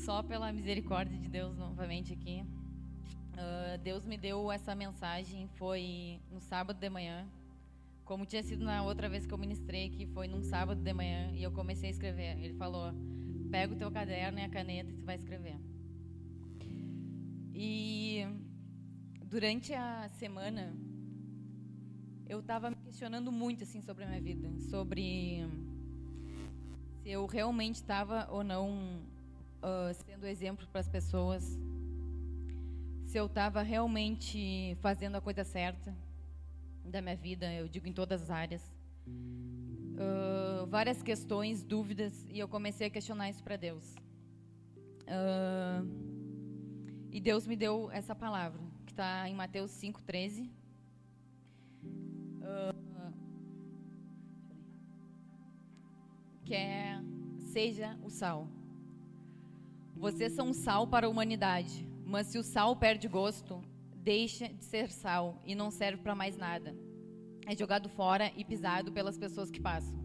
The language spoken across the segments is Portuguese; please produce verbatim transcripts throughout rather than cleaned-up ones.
só pela misericórdia de Deus novamente aqui. Uh, Deus me deu essa mensagem, foi no sábado de manhã, como tinha sido na outra vez que eu ministrei, que foi num sábado de manhã, e eu comecei a escrever. Ele falou, pega o teu caderno e a caneta e tu vai escrever. E durante a semana, eu estava me questionando muito assim, sobre a minha vida, sobre se eu realmente estava ou não uh, sendo exemplo para as pessoas, se eu estava realmente fazendo a coisa certa da minha vida, eu digo em todas as áreas. Uh, várias questões, dúvidas, e eu comecei a questionar isso para Deus. Uh, e Deus me deu essa palavra, que está em Mateus cinco, treze. Uh, que é, seja o sal. Vocês são sal para a humanidade, mas se o sal perde gosto, deixa de ser sal e não serve para mais nada. É jogado fora e pisado pelas pessoas que passam.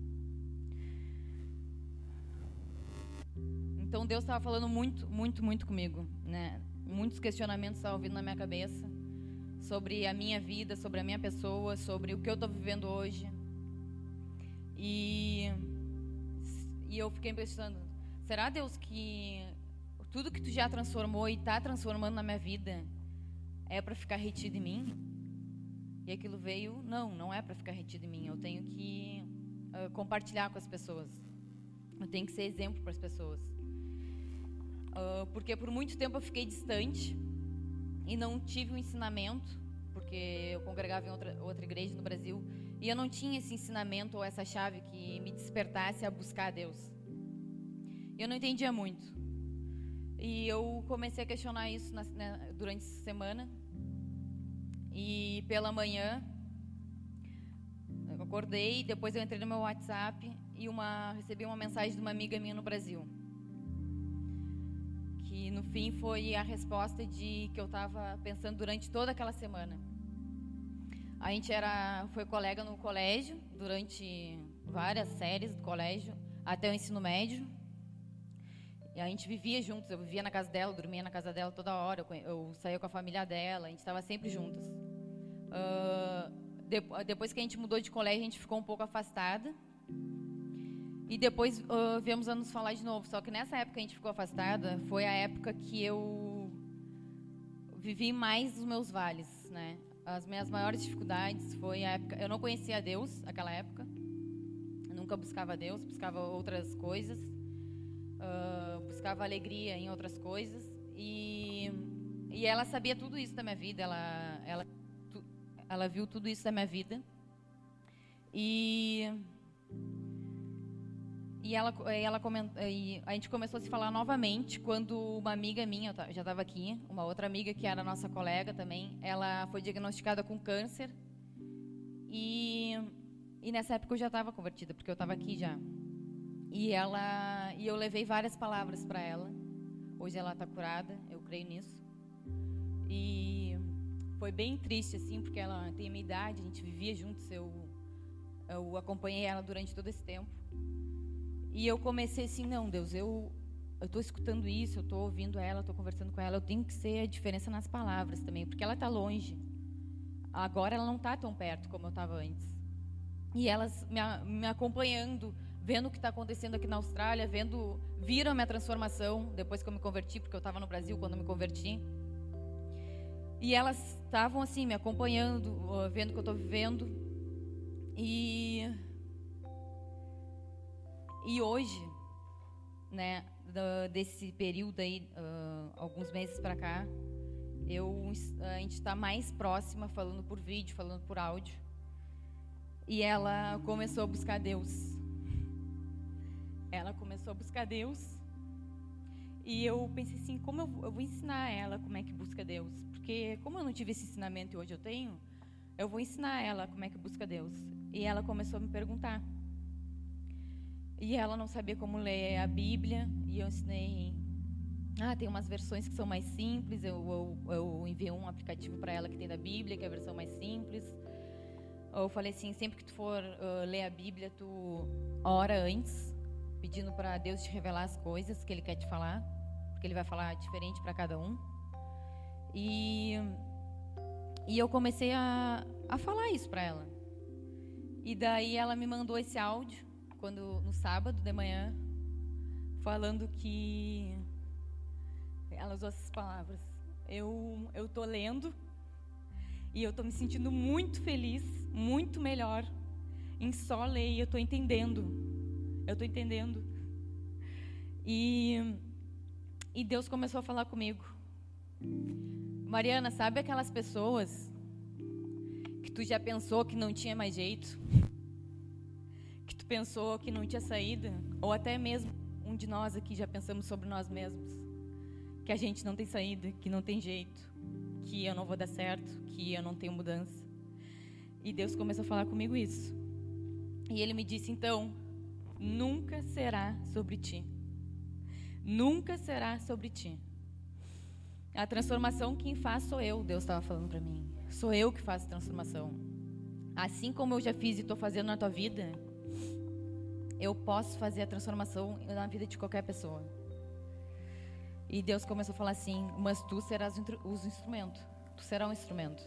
Então Deus estava falando muito, muito, muito comigo, né? Muitos questionamentos estavam vindo na minha cabeça sobre a minha vida, sobre a minha pessoa, sobre o que eu estou vivendo hoje. E, e eu fiquei pensando, será, Deus, que tudo que tu já transformou e está transformando na minha vida é para ficar retido em mim? E aquilo veio, não, não é para ficar retido em mim. Eu tenho que uh, compartilhar com as pessoas. Eu tenho que ser exemplo para as pessoas. Uh, porque por muito tempo eu fiquei distante e não tive um ensinamento, porque eu congregava em outra, outra igreja no Brasil, e eu não tinha esse ensinamento ou essa chave que me despertasse a buscar a Deus. Eu não entendia muito. E eu comecei a questionar isso na, né, durante essa semana. E pela manhã, eu acordei, depois eu entrei no meu WhatsApp e uma, recebi uma mensagem de uma amiga minha no Brasil. Que no fim foi a resposta de que eu estava pensando durante toda aquela semana. A gente era, foi colega no colégio, durante várias séries do colégio, até o ensino médio. E a gente vivia juntos, eu vivia na casa dela, dormia na casa dela toda hora, eu, eu saía com a família dela, a gente estava sempre juntas. Uh, de, depois que a gente mudou de colégio, a gente ficou um pouco afastada. E depois uh, viemos a nos falar de novo. Só que nessa época que a gente ficou afastada, foi a época que eu vivi mais os meus vales, né? As minhas maiores dificuldades foi a época... Eu não conhecia Deus naquela época. Eu nunca buscava Deus, buscava outras coisas. Uh, buscava alegria em outras coisas. E, e ela sabia tudo isso da minha vida. Ela, ela, tu, ela viu tudo isso da minha vida. E... E, ela, ela comenta, e a gente começou a se falar novamente quando uma amiga minha, eu já estava aqui, uma outra amiga que era nossa colega também, ela foi diagnosticada com câncer. E, e nessa época eu já estava convertida, porque eu estava aqui já. E, ela, e eu levei várias palavras para ela. Hoje ela está curada, eu creio nisso. E foi bem triste, assim, porque ela tem a minha idade, a gente vivia juntos, eu, eu acompanhei ela durante todo esse tempo. E eu comecei assim, não, Deus, eu estou escutando isso, eu estou ouvindo ela, estou conversando com ela, eu tenho que ser a diferença nas palavras também, porque ela está longe. Agora ela não está tão perto como eu estava antes. E elas me, me acompanhando, vendo o que está acontecendo aqui na Austrália, vendo, viram a minha transformação depois que eu me converti, porque eu estava no Brasil quando eu me converti. E elas estavam assim, me acompanhando, vendo o que eu estou vivendo. E... E hoje, né, desse período aí, uh, alguns meses para cá, eu, a gente está mais próxima, falando por vídeo, falando por áudio. E ela começou a buscar Deus. Ela começou a buscar Deus. E eu pensei assim, como eu, eu vou ensinar ela como é que busca Deus? Porque como eu não tive esse ensinamento e hoje eu tenho, eu vou ensinar ela como é que busca Deus. E ela começou a me perguntar. E ela não sabia como ler a Bíblia, e eu ensinei... Ah, tem umas versões que são mais simples, eu, eu, eu enviei um aplicativo para ela que tem da Bíblia, que é a versão mais simples. Eu falei assim, sempre que tu for uh, ler a Bíblia, tu ora antes, pedindo para Deus te revelar as coisas que Ele quer te falar. porque ele vai falar diferente para cada um. E, e eu comecei a, a falar isso para ela. E daí ela me mandou esse áudio, quando, no sábado de manhã, falando que... Ela usou essas palavras. Eu eu tô lendo e eu tô me sentindo muito feliz, muito melhor em só ler, e eu tô entendendo. Eu tô entendendo. E, e Deus começou a falar comigo. Mariana, sabe aquelas pessoas que tu já pensou que não tinha mais jeito? Que tu pensou que não tinha saída? Ou até mesmo um de nós aqui já pensamos sobre nós mesmos. Que a gente não tem saída, que não tem jeito, que eu não vou dar certo, que eu não tenho mudança. E Deus começou a falar comigo isso. E Ele me disse, então, nunca será sobre ti. Nunca será sobre ti. A transformação quem faz sou eu, Deus estava falando para mim. Sou eu que faço a transformação. Assim como eu já fiz e estou fazendo na tua vida, eu posso fazer a transformação na vida de qualquer pessoa. E Deus começou a falar assim, mas tu serás o instrumento. Tu serás um instrumento.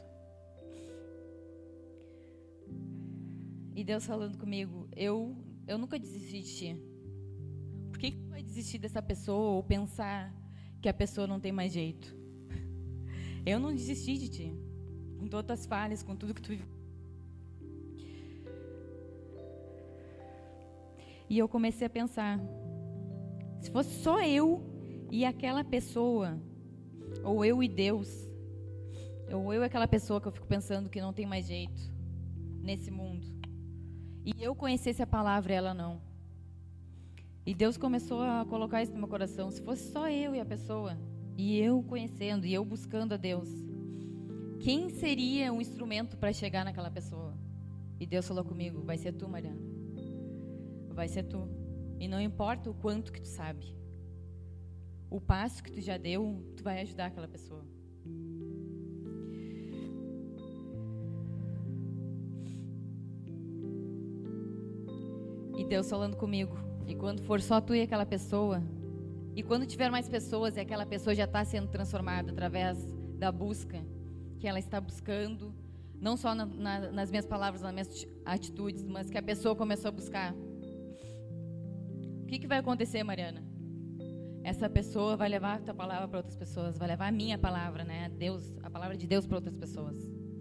E Deus falando comigo, eu, eu nunca desisti de ti. Por que que tu vai desistir dessa pessoa ou pensar que a pessoa não tem mais jeito? Eu não desisti de ti. Com todas as falhas, com tudo que tu viveu. E eu comecei a pensar, se fosse só eu e aquela pessoa, ou eu e Deus, ou eu e aquela pessoa que eu fico pensando que não tem mais jeito nesse mundo, e eu conhecesse a palavra e ela não. E Deus começou a colocar isso no meu coração, se fosse só eu e a pessoa, e eu conhecendo, e eu buscando a Deus, quem seria um instrumento para chegar naquela pessoa? E Deus falou comigo, vai ser tu, Mariana. Vai ser tu. E não importa o quanto que tu sabe. O passo que tu já deu, tu vai ajudar aquela pessoa. E Deus falando comigo. E quando for só tu e aquela pessoa, e quando tiver mais pessoas e aquela pessoa já está sendo transformada através da busca que ela está buscando, não só na, na, nas minhas palavras, nas minhas atitudes, mas que a pessoa começou a buscar. O que, que vai acontecer, Mariana? Essa pessoa vai levar a tua palavra para outras pessoas, vai levar a minha palavra, né? Deus, a palavra de Deus para outras pessoas.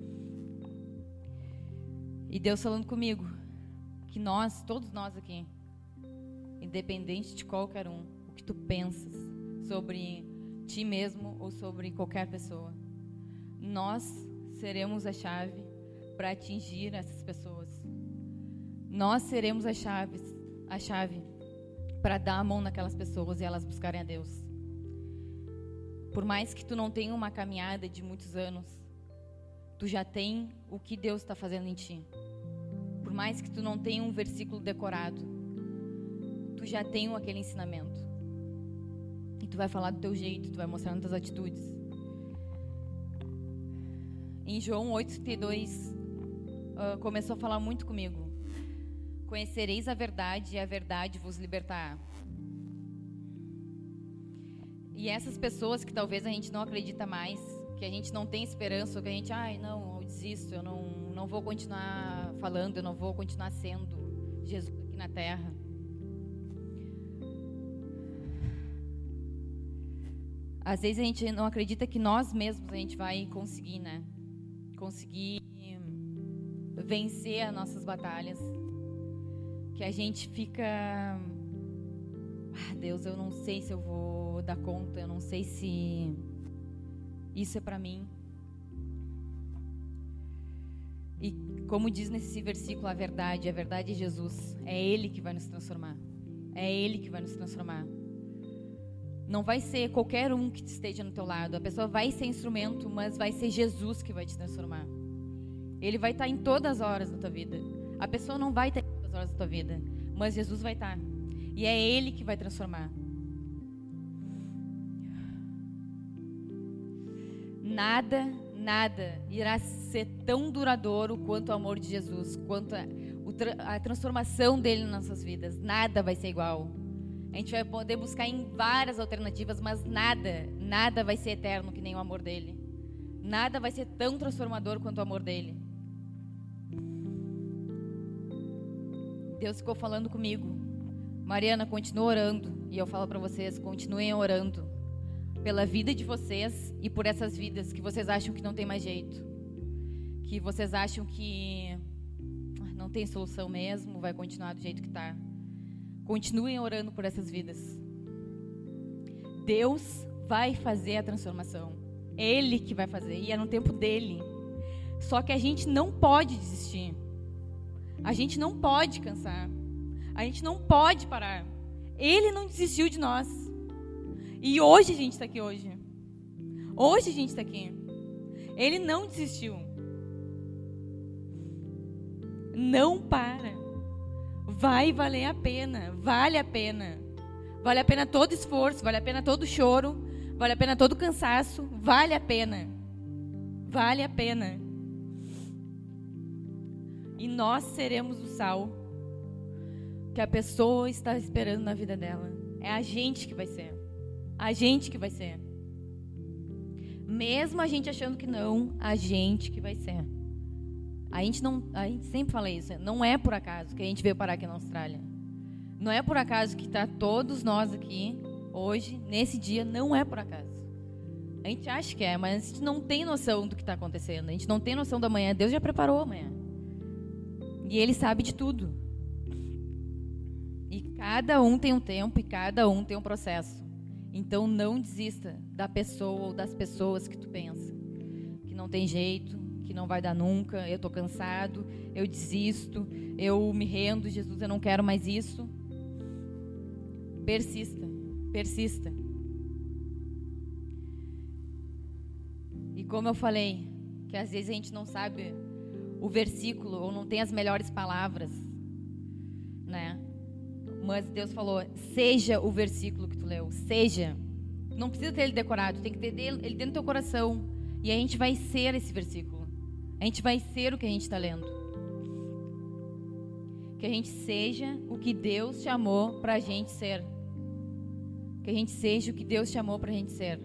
E Deus falando comigo, que nós, todos nós aqui, independente de qualquer um, o que tu pensas sobre ti mesmo ou sobre qualquer pessoa, nós seremos a chave para atingir essas pessoas. Nós seremos a chave, a chave para dar a mão naquelas pessoas e elas buscarem a Deus. Por mais que tu não tenha uma caminhada de muitos anos, tu já tem o que Deus está fazendo em ti. Por mais que tu não tenha um versículo decorado, tu já tem aquele ensinamento. E tu vai falar do teu jeito, tu vai mostrar nas tuas atitudes. Em João oito, trinta e dois, uh, começou a falar muito comigo. Conhecereis a verdade e a verdade vos libertará. E essas pessoas que talvez a gente não acredita mais, que a gente não tem esperança, ou que a gente, ai, não, eu desisto, eu não, não vou continuar falando, eu não vou continuar sendo Jesus aqui na terra. Às vezes a gente não acredita que nós mesmos a gente vai conseguir, né? Conseguir vencer as nossas batalhas. Que a gente fica, ah, Deus, eu não sei se eu vou dar conta, eu não sei se isso é para mim. E como diz nesse versículo, a verdade, a verdade é Jesus. É Ele que vai nos transformar. É Ele que vai nos transformar. Não vai ser qualquer um que esteja no teu lado. A pessoa vai ser instrumento, mas vai ser Jesus que vai te transformar. Ele vai estar em todas as horas da tua vida. A pessoa não vai estar em todas as horas da tua vida, mas Jesus vai estar. E é Ele que vai transformar. Nada, nada irá ser tão duradouro quanto o amor de Jesus, quanto a, a transformação dele nas nossas vidas. Nada vai ser igual. A gente vai poder buscar em várias alternativas, mas nada, nada vai ser eterno que nem o amor dele. Nada vai ser tão transformador quanto o amor dele. Deus ficou falando comigo. Mariana, continua orando. E eu falo para vocês, continuem orando pela vida de vocês e por essas vidas que vocês acham que não tem mais jeito. Que vocês acham que não tem solução mesmo, vai continuar do jeito que está. Continuem orando por essas vidas. Deus vai fazer a transformação. Ele que vai fazer, e é no tempo dele. Só que a gente não pode desistir. A gente não pode cansar. A gente não pode parar. Ele não desistiu de nós. E hoje a gente está aqui hoje. Hoje a gente está aqui. Ele não desistiu. Não para. Vai valer a pena. Vale a pena. Vale a pena todo esforço. Vale a pena todo choro. Vale a pena todo cansaço. Vale a pena. Vale a pena. E nós seremos o sal que a pessoa está esperando na vida dela. É a gente que vai ser. A gente que vai ser. Mesmo a gente achando que não, a gente que vai ser. A gente não, a gente sempre fala isso. Não é por acaso que a gente veio parar aqui na Austrália. Não é por acaso que está todos nós aqui hoje, nesse dia. Não é por acaso. A gente acha que é, mas a gente não tem noção do que está acontecendo. A gente não tem noção da manhã. Deus já preparou amanhã. E Ele sabe de tudo. E cada um tem um tempo e cada um tem um processo. Então não desista da pessoa ou das pessoas que tu pensa. Que não tem jeito, que não vai dar nunca, eu estou cansado, eu desisto, eu me rendo, Jesus, eu não quero mais isso. Persista, persista. E como eu falei, que às vezes a gente não sabe o versículo ou não tem as melhores palavras, né? Mas Deus falou, seja o versículo que tu leu, seja. Não precisa ter ele decorado, tem que ter ele dentro do teu coração. E a gente vai ser esse versículo. A gente vai ser o que a gente está lendo. Que a gente seja o que Deus chamou para a gente ser. Que a gente seja o que Deus chamou para a gente ser.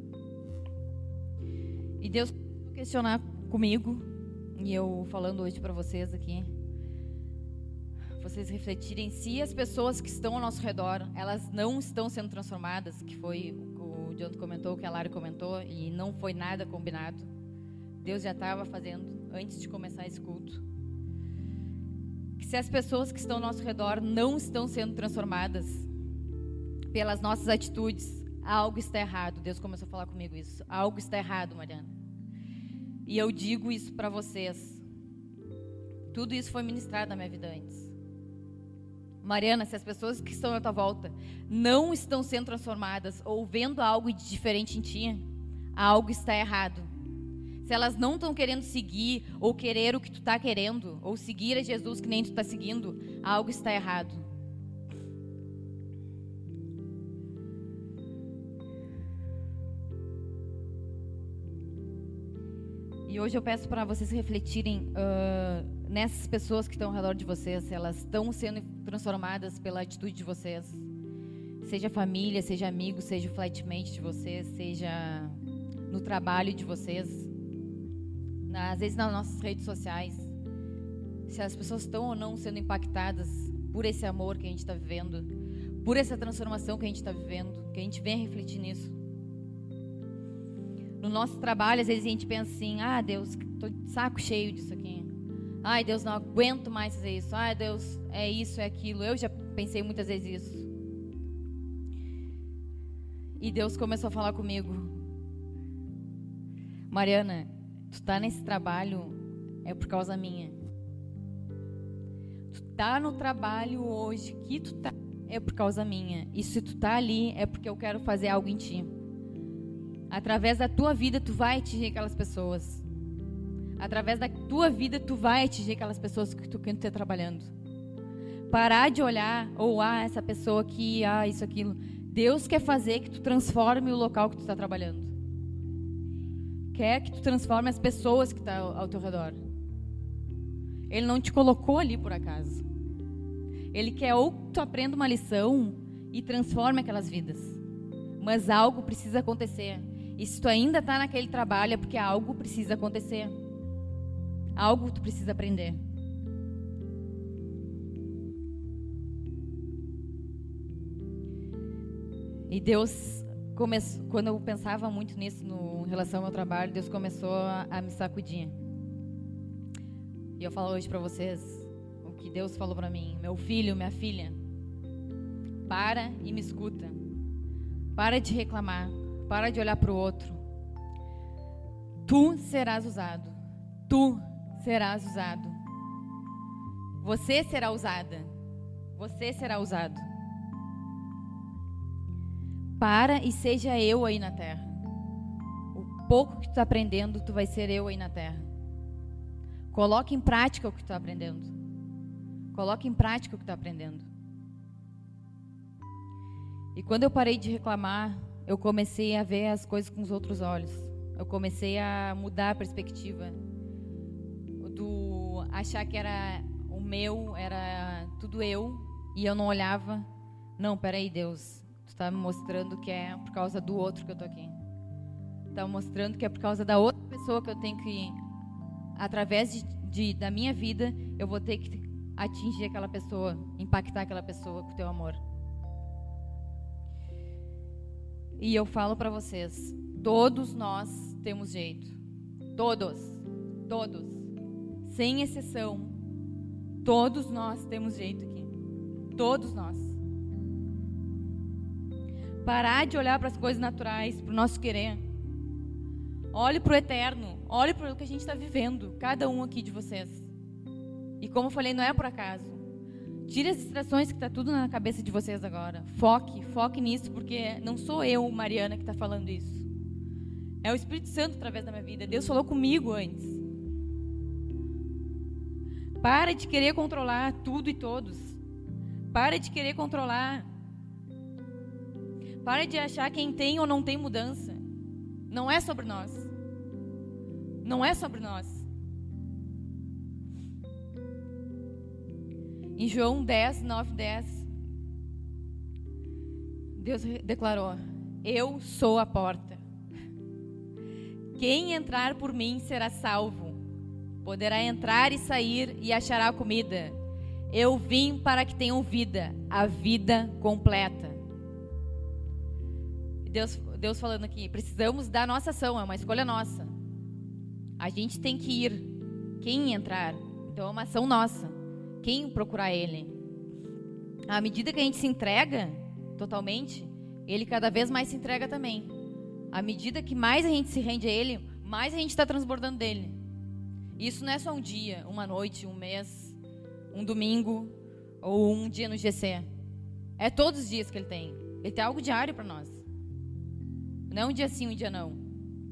E Deus questionar comigo, e eu falando hoje para vocês aqui, vocês refletirem se as pessoas que estão ao nosso redor, elas não estão sendo transformadas, que foi o Jonathan comentou, o que a Lara comentou, e não foi nada combinado. Deus já estava fazendo antes de começar esse culto. Que se as pessoas que estão ao nosso redor não estão sendo transformadas pelas nossas atitudes, algo está errado. Deus começou a falar comigo isso. Algo está errado, Mariana. E eu digo isso para vocês. Tudo isso foi ministrado na minha vida antes. Mariana, se as pessoas que estão à tua volta não estão sendo transformadas ou vendo algo de diferente em ti, algo está errado. Se elas não estão querendo seguir ou querer o que tu está querendo, ou seguir a Jesus que nem tu está seguindo, algo está errado. E hoje eu peço para vocês refletirem uh, nessas pessoas que estão ao redor de vocês, se elas estão sendo transformadas pela atitude de vocês. Seja família, seja amigo, seja o flatmate de vocês, seja no trabalho de vocês, na, às vezes nas nossas redes sociais. Se as pessoas estão ou não sendo impactadas por esse amor que a gente está vivendo, por essa transformação que a gente está vivendo, que a gente vem refletir nisso. No nosso trabalho, às vezes a gente pensa assim, ah, Deus, tô de saco cheio disso aqui. Ai, Deus, não aguento mais fazer isso. Ai, Deus, é isso, é aquilo. Eu já pensei muitas vezes isso. E Deus começou a falar comigo. Mariana, tu tá nesse trabalho, é por causa minha. Tu tá no trabalho hoje, que tu tá, é por causa minha. E se tu tá ali, é porque eu quero fazer algo em ti. Através da tua vida, tu vai atingir aquelas pessoas. Através da tua vida, tu vai atingir aquelas pessoas que tu quer estar trabalhando. Parar de olhar, ou, ah, essa pessoa aqui, ah, isso, aquilo. Deus quer fazer que tu transforme o local que tu está trabalhando. Quer que tu transforme as pessoas que estão ao teu redor. Ele não te colocou ali por acaso. Ele quer ou que tu aprenda uma lição e transforme aquelas vidas. Mas algo precisa acontecer. E se tu ainda está naquele trabalho, é porque algo precisa acontecer. Algo tu precisa aprender. E Deus começou, quando eu pensava muito nisso no, em relação ao meu trabalho, Deus começou a, a me sacudir. E eu falo hoje para vocês o que Deus falou para mim. Meu filho, minha filha, para e me escuta. Para de reclamar. Para de olhar para o outro. Tu serás usado. Tu serás usado. Você será usada. Você será usado. Para e seja eu aí na terra. O pouco que tu está aprendendo, tu vai ser eu aí na terra. Coloque em prática o que tu está aprendendo. Coloque em prática o que tu está aprendendo. E quando eu parei de reclamar, eu comecei a ver as coisas com os outros olhos. Eu comecei a mudar a perspectiva. Do achar que era o meu, era tudo eu, e eu não olhava. Não, peraí, Deus. Tu está me mostrando que é por causa do outro que eu tô aqui. Está mostrando que é por causa da outra pessoa que eu tenho que, através de, de, da minha vida, eu vou ter que atingir aquela pessoa, impactar aquela pessoa com o teu amor. E eu falo para vocês, todos nós temos jeito. Todos. Todos. Sem exceção. Todos nós temos jeito aqui. Todos nós. Parar de olhar para as coisas naturais, para o nosso querer. Olhe para o eterno. Olhe para o que a gente está vivendo. Cada um aqui de vocês. E como eu falei, não é por acaso. Tire as distrações que está tudo na cabeça de vocês agora. Foque, foque nisso, porque não sou eu, Mariana, que está falando isso. É o Espírito Santo através da minha vida. Deus falou comigo antes. Para de querer controlar tudo e todos. Para de querer controlar. Para de achar quem tem ou não tem mudança. Não é sobre nós. Não é sobre nós. Em João dez, nove, dez, Deus declarou: eu sou a porta. Quem entrar por mim será salvo. Poderá entrar e sair e achará comida. Eu vim para que tenham vida, a vida completa. Deus, Deus falando aqui, precisamos da nossa ação, é uma escolha nossa. A gente tem que ir. Quem entrar? Então é uma ação nossa. Quem procurar Ele? À medida que a gente se entrega totalmente, Ele cada vez mais se entrega também. À medida que mais a gente se rende a Ele, mais a gente está transbordando dele. Isso não é só um dia, uma noite, um mês, um domingo ou um dia no G C. É todos os dias que Ele tem. Ele tem algo diário para nós. Não é um dia sim, um dia não.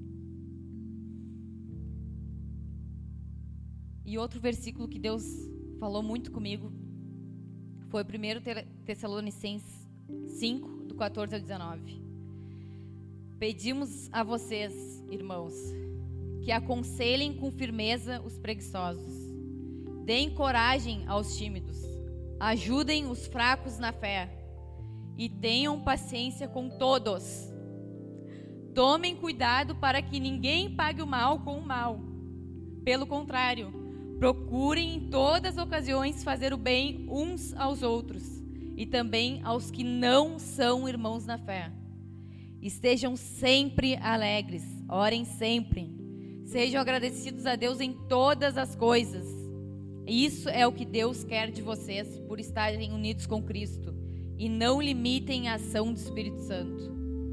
E outro versículo que Deus falou muito comigo foi primeiro Tessalonicenses cinco, do quatorze ao dezenove. Pedimos a vocês, irmãos, que aconselhem com firmeza os preguiçosos, deem coragem aos tímidos, ajudem os fracos na fé e tenham paciência com todos. Tomem cuidado para que ninguém pague o mal com o mal. Pelo contrário, procurem em todas as ocasiões fazer o bem uns aos outros e também aos que não são irmãos na fé. Estejam sempre alegres, orem sempre. Sejam agradecidos a Deus em todas as coisas. Isso é o que Deus quer de vocês por estarem unidos com Cristo. E não limitem a ação do Espírito Santo.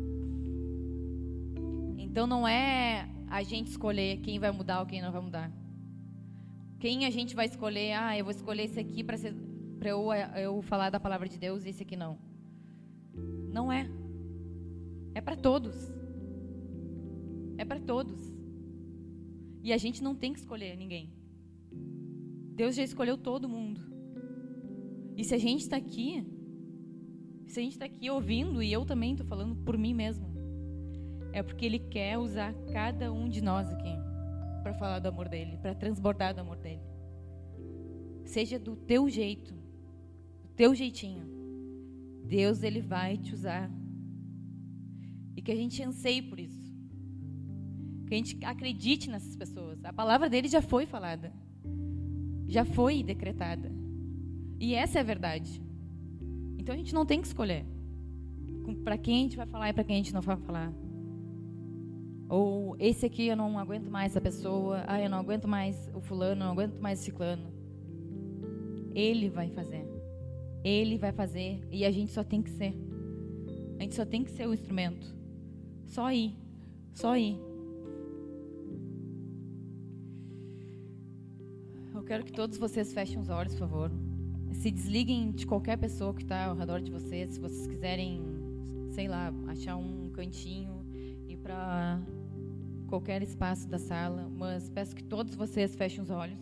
Então não é a gente escolher quem vai mudar ou quem não vai mudar. Quem a gente vai escolher? Ah, eu vou escolher esse aqui para eu, eu falar da palavra de Deus e esse aqui não. Não é. É para todos. É para todos. E a gente não tem que escolher ninguém. Deus já escolheu todo mundo. E se a gente está aqui, se a gente está aqui ouvindo, e eu também estou falando por mim mesmo, é porque Ele quer usar cada um de nós aqui para falar do amor dEle, para transbordar do amor dEle. Seja do teu jeito, do teu jeitinho. Deus, Ele vai te usar. E que a gente anseie por isso. Que a gente acredite nessas pessoas. A palavra dele já foi falada. Já foi decretada. E essa é a verdade. Então a gente não tem que escolher para quem a gente vai falar e para quem a gente não vai falar. Ou esse aqui eu não aguento mais essa pessoa. Ah, eu não aguento mais o fulano, eu não aguento mais o ciclano. Ele vai fazer. Ele vai fazer. E a gente só tem que ser. A gente só tem que ser o instrumento. Só ir. Só ir. Eu quero que todos vocês fechem os olhos, por favor. Se desliguem de qualquer pessoa que está ao redor de vocês. Se vocês quiserem, sei lá, achar um cantinho, ir para qualquer espaço da sala. Mas peço que todos vocês fechem os olhos.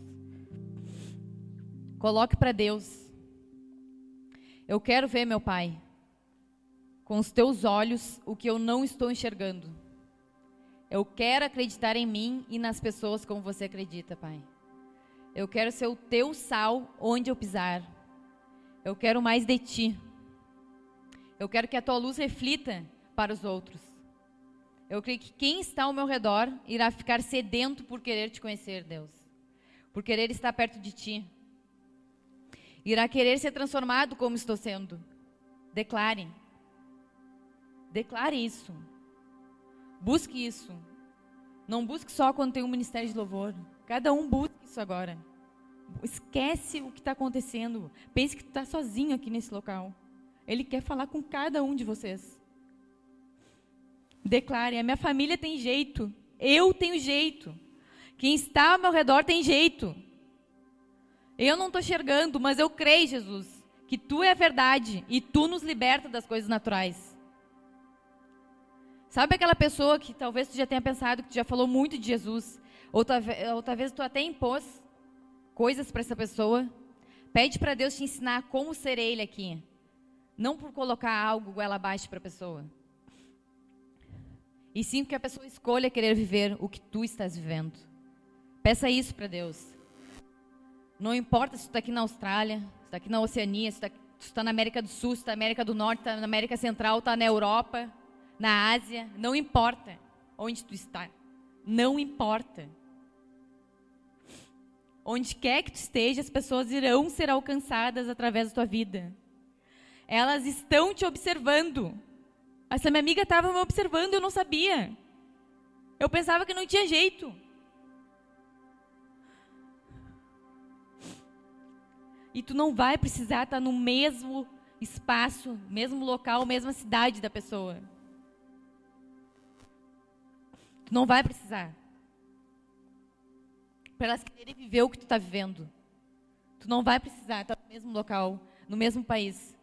Coloque para Deus. Eu quero ver, meu Pai, com os teus olhos, o que eu não estou enxergando. Eu quero acreditar em mim e nas pessoas como você acredita, Pai. Eu quero ser o teu sal onde eu pisar. Eu quero mais de ti. Eu quero que a tua luz reflita para os outros. Eu creio que quem está ao meu redor irá ficar sedento por querer te conhecer, Deus. Por querer estar perto de ti. Irá querer ser transformado como estou sendo. Declare. Declare isso. Busque isso. Não busque só quando tem um ministério de louvor. Cada um busque isso agora. Esquece o que está acontecendo. Pense que tu está sozinho aqui nesse local. Ele quer falar com cada um de vocês. Declare, a minha família tem jeito. Eu tenho jeito. Quem está ao meu redor tem jeito. Eu não estou enxergando, mas eu creio, Jesus, que tu é a verdade e tu nos liberta das coisas naturais. Sabe aquela pessoa que talvez tu já tenha pensado, que tu já falou muito de Jesus, ou, ou talvez tu até impôs coisas para essa pessoa? Pede para Deus te ensinar como ser Ele aqui. Não por colocar algo goela abaixo para a pessoa. E sim que a pessoa escolha querer viver o que tu estás vivendo. Peça isso para Deus. Não importa se tu está aqui na Austrália, se está aqui na Oceania, se tu está na América do Sul, se está na América do Norte, se está na América Central, está na Europa, na Ásia. Não importa onde tu está. Não importa. Onde quer que tu esteja, as pessoas irão ser alcançadas através da tua vida. Elas estão te observando. Essa minha amiga estava me observando, eu não sabia. Eu pensava que não tinha jeito. E tu não vai precisar estar no mesmo espaço, mesmo local, mesma cidade da pessoa. Tu não vai precisar. Para elas quererem viver o que tu está vivendo. Tu não vai precisar estar no mesmo local, no mesmo país.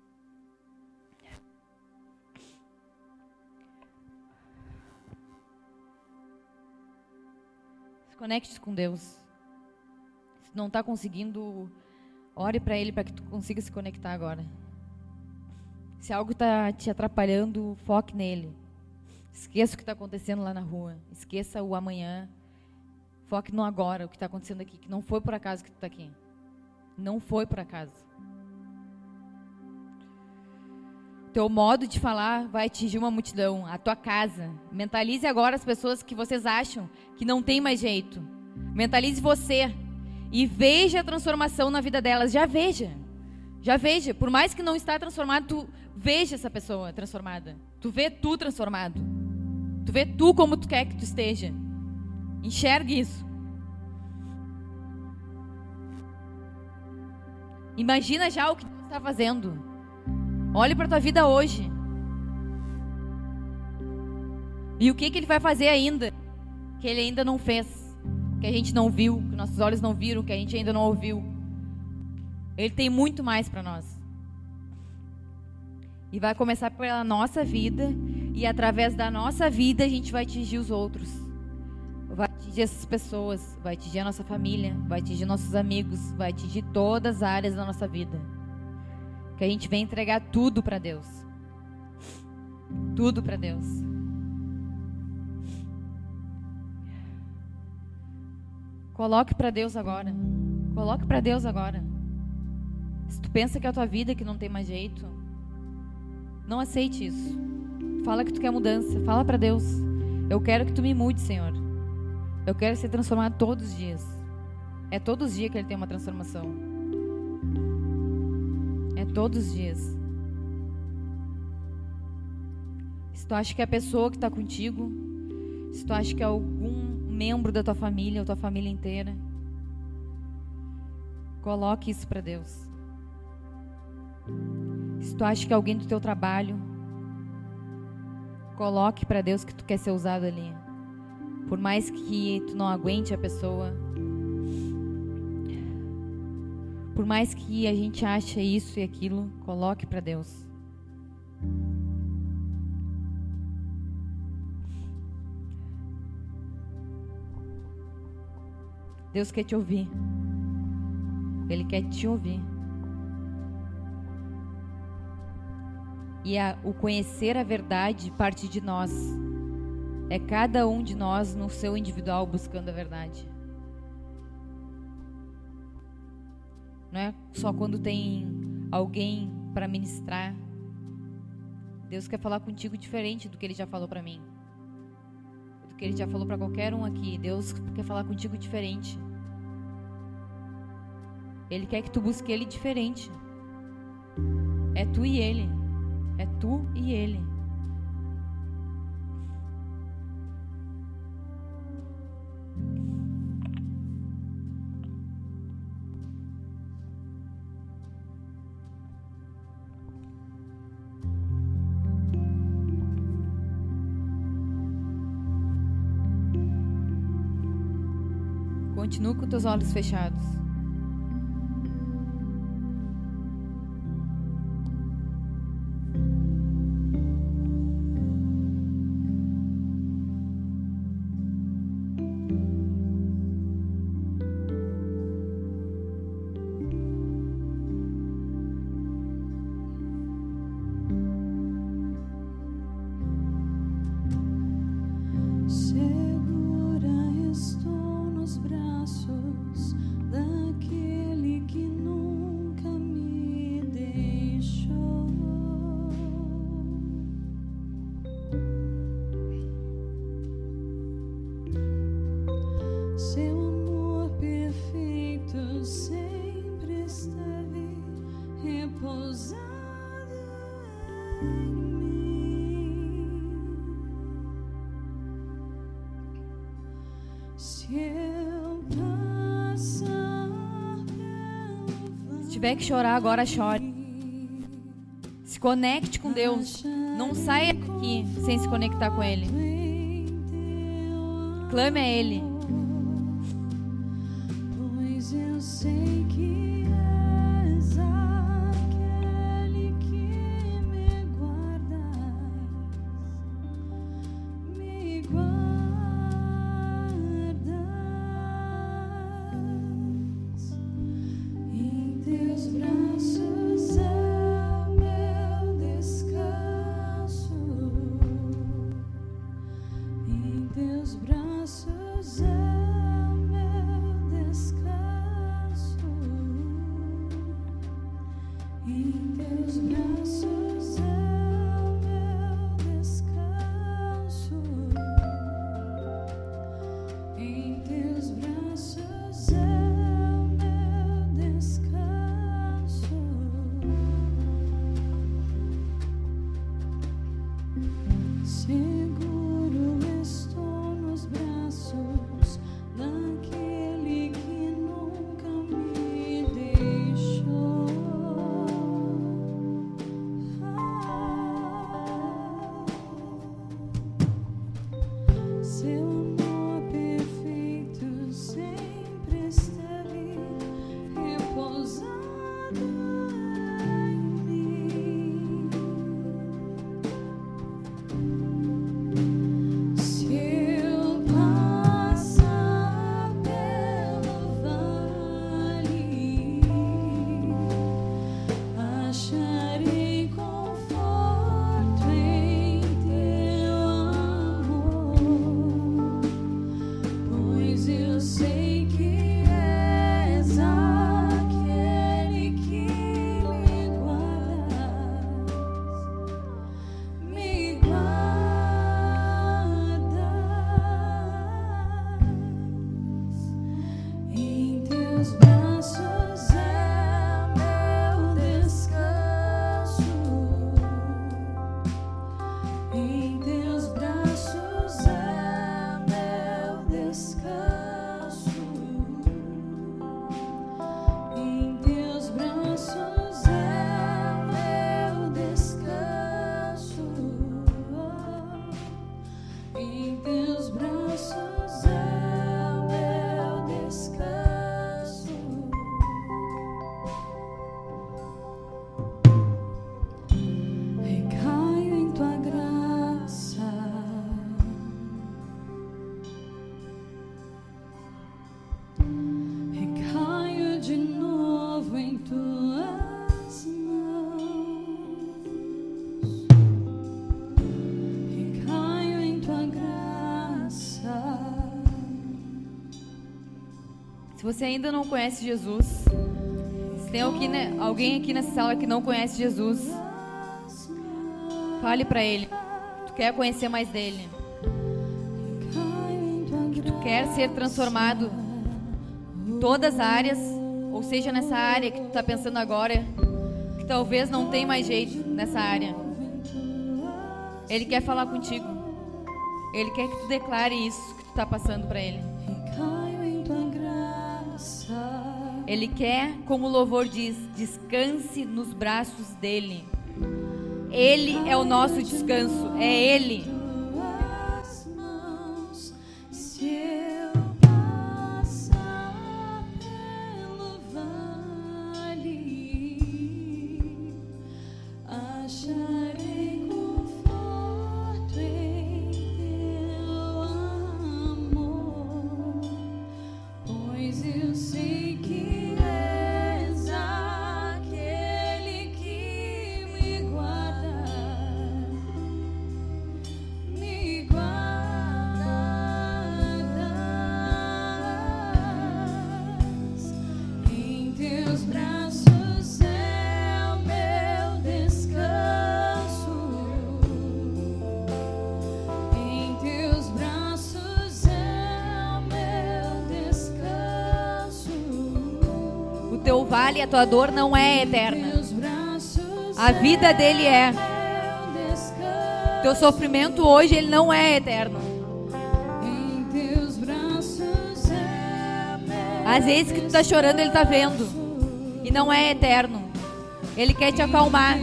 Se conecte com Deus. Se não está conseguindo, ore para Ele para que tu consiga se conectar agora. Se algo está te atrapalhando, foque nele. Esqueça o que está acontecendo lá na rua. Esqueça o amanhã. Foque no agora, o que está acontecendo aqui. Que não foi por acaso que tu está aqui. Não foi por acaso. Teu modo de falar vai atingir uma multidão. A tua casa. Mentalize agora as pessoas que vocês acham que não tem mais jeito. Mentalize você. E veja a transformação na vida delas. Já veja. Já veja. Por mais que não está transformado, tu veja essa pessoa transformada. Tu vê tu transformado. Tu vê tu como tu quer que tu esteja. Enxergue isso. Imagina já o que Deus está fazendo. Olhe para a tua vida hoje. E o que, que Ele vai fazer ainda? Que Ele ainda não fez. Que a gente não viu. Que nossos olhos não viram. Que a gente ainda não ouviu. Ele tem muito mais para nós. E vai começar pela nossa vida. E através da nossa vida a gente vai atingir os outros. Vai atingir essas pessoas. Vai atingir a nossa família. Vai atingir nossos amigos. Vai atingir todas as áreas da nossa vida. Que a gente vem entregar tudo para Deus. Tudo para Deus. Coloque para Deus agora. Coloque para Deus agora. Se tu pensa que é a tua vida que não tem mais jeito, Não aceite isso. Fala que tu quer mudança. Fala para Deus. Eu quero que tu me mude, Senhor. Eu quero ser transformado todos os dias. É todos os dias que Ele tem uma transformação. É todos os dias. Se tu acha que é a pessoa que está contigo, se tu acha que é algum membro da tua família ou tua família inteira, coloque isso para Deus. Se tu acha que é alguém do teu trabalho, coloque para Deus que tu quer ser usado ali. Por mais que tu não aguente a pessoa, por mais que a gente ache isso e aquilo, coloque para Deus. Deus quer te ouvir. Ele quer te ouvir. E a, o conhecer a verdade parte de nós. É cada um de nós no seu individual buscando a verdade. Não é só quando tem alguém para ministrar. Deus quer falar contigo diferente do que Ele já falou para mim. Do que Ele já falou para qualquer um aqui. Deus quer falar contigo diferente. Ele quer que tu busque Ele diferente. É tu e Ele. É tu e Ele. Continua com teus olhos fechados. Se tiver que chorar agora, chore. Se conecte com Deus. Não saia daqui sem se conectar com Ele. Clame a Ele. Pois eu sei que és aquele que me guardas, me guardas. Em teus braços é o meu descanso. Em teus braços é o meu descanso. Em teus braços é o meu descanso. Em teus braços é o meu descanso. Seguro estou nos braços daquele que nunca me deixou. Seu amor perfeito sempre esteve repousado em mim. Se você ainda não conhece Jesus, se tem alguém, né, alguém aqui nessa sala que não conhece Jesus, fale para Ele. Tu quer conhecer mais dele? Que tu quer ser transformado em todas as áreas, ou seja, nessa área que tu está pensando agora, que talvez não tem mais jeito nessa área. Ele quer falar contigo. Ele quer que tu declare isso que tu está passando para Ele. Ele quer, como o louvor diz, descanse nos braços dele. Ele é o nosso descanso, é Ele. Vale, a tua dor não é eterna. A vida dele é. Teu sofrimento hoje, ele não é eterno. Às vezes que tu tá chorando, ele tá vendo. E não é eterno. Ele quer te acalmar.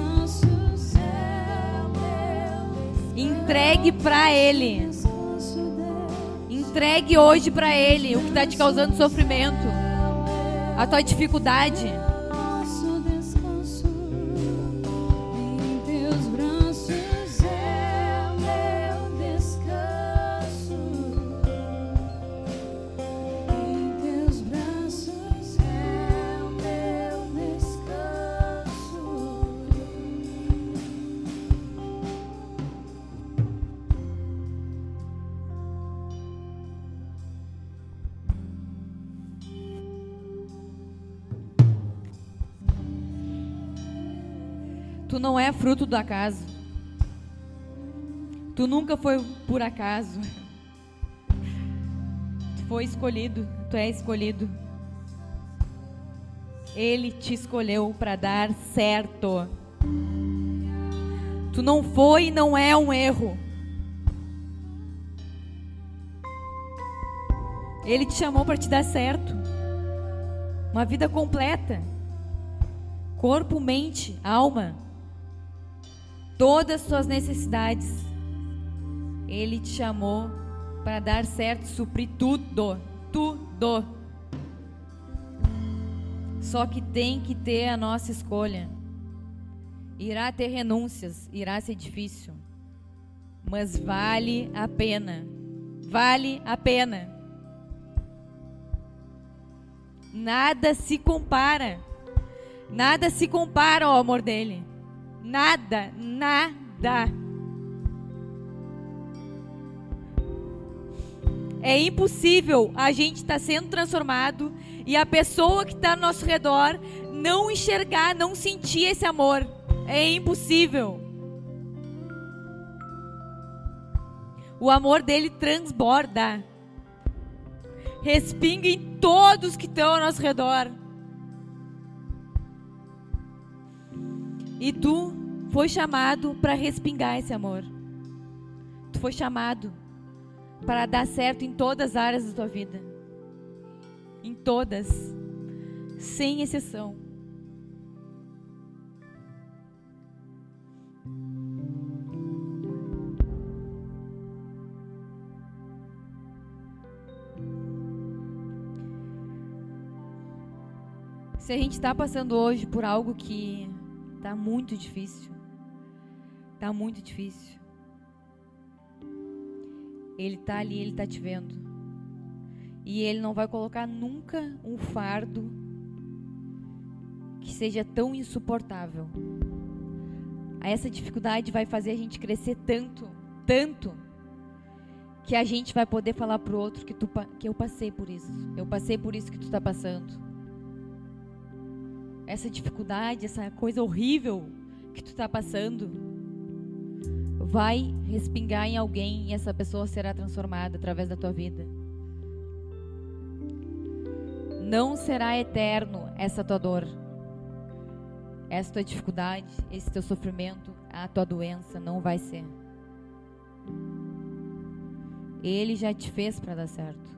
Entregue pra ele. Entregue hoje pra ele o que tá te causando sofrimento. A tua dificuldade. Nosso descanso em teus braços é o meu descanso. Em teus braços é o meu descanso. Tu não é fruto do acaso. Tu nunca foi por acaso. Tu foi escolhido. Tu é escolhido. Ele te escolheu para dar certo. Tu não foi e não é um erro. Ele te chamou para te dar certo. Uma vida completa. Corpo, mente, alma. Todas as suas necessidades. Ele te chamou para dar certo, suprir tudo, tudo. Só que tem que ter a nossa escolha. Irá ter renúncias, irá ser difícil, mas vale a pena. Vale a pena. Nada se compara. Nada se compara ao amor dele. Nada, nada. É impossível a gente estar sendo transformado e a pessoa que está ao nosso redor não enxergar, não sentir esse amor. É impossível. O amor dele transborda. Respinga em todos que estão ao nosso redor. E tu foi chamado para respingar esse amor. Tu foi chamado para dar certo em todas as áreas da tua vida. Em todas. Sem exceção. Se a gente está passando hoje por algo que está muito difícil, está muito difícil, Ele está ali, Ele está te vendo. E Ele não vai colocar nunca um fardo que seja tão insuportável. Essa dificuldade vai fazer a gente crescer tanto, tanto, que a gente vai poder falar pro outro que, tu, que eu passei por isso. Eu passei por isso que tu tá passando. Essa dificuldade, essa coisa horrível que tu tá passando, vai respingar em alguém e essa pessoa será transformada através da tua vida. Não será eterno essa tua dor, essa tua dificuldade, esse teu sofrimento, a tua doença, não vai ser. Ele já te fez para dar certo.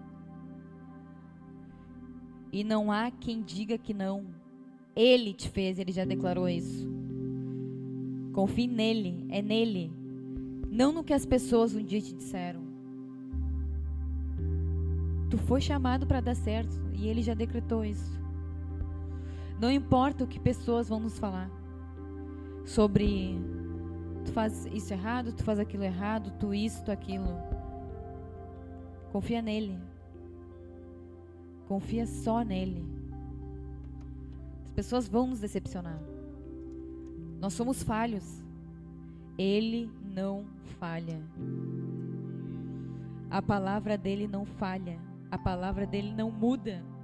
E não há quem diga que não. Ele te fez, ele já declarou isso. Confie nele, é nele. Não no que as pessoas um dia te disseram. Tu foi chamado para dar certo e ele já decretou isso. Não importa o que pessoas vão nos falar sobre tu faz isso errado, tu faz aquilo errado, tu isso, tu aquilo. Confia nele. Confia só nele. As pessoas vão nos decepcionar. Nós somos falhos. Ele não falha. A palavra dele não falha. A palavra dele não muda.